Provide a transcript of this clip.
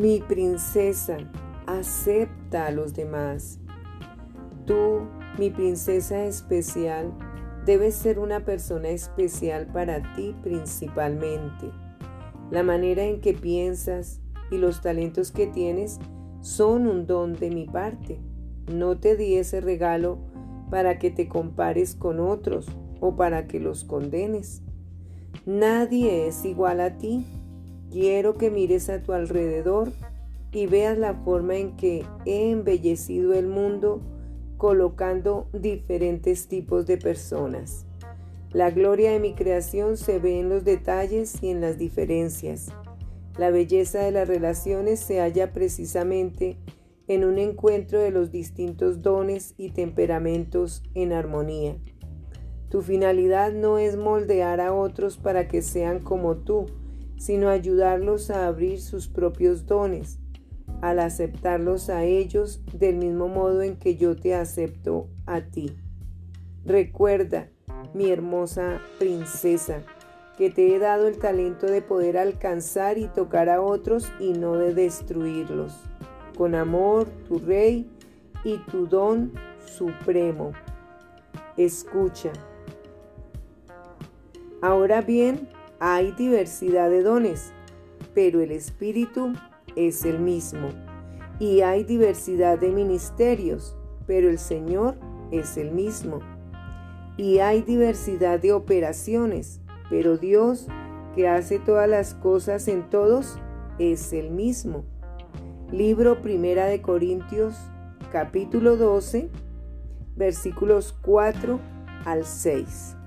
Mi princesa, acepta a los demás. Tú, mi princesa especial, debes ser una persona especial para ti principalmente. La manera en que piensas y los talentos que tienes son un don de mi parte. No te di ese regalo para que te compares con otros o para que los condenes. Nadie es igual a ti. Quiero que mires a tu alrededor y veas la forma en que he embellecido el mundo colocando diferentes tipos de personas. La gloria de mi creación se ve en los detalles y en las diferencias. La belleza de las relaciones se halla precisamente en un encuentro de los distintos dones y temperamentos en armonía. Tu finalidad no es moldear a otros para que sean como tú, sino ayudarlos a abrir sus propios dones, al aceptarlos a ellos del mismo modo en que yo te acepto a ti. Recuerda, mi hermosa princesa, que te he dado el talento de poder alcanzar y tocar a otros y no de destruirlos. Con amor, tu rey y tu don supremo. Escucha. Ahora bien, hay diversidad de dones, pero el Espíritu es el mismo. Y hay diversidad de ministerios, pero el Señor es el mismo. Y hay diversidad de operaciones, pero Dios, que hace todas las cosas en todos, es el mismo. Libro Primera de Corintios, capítulo 12, versículos 4 al 6.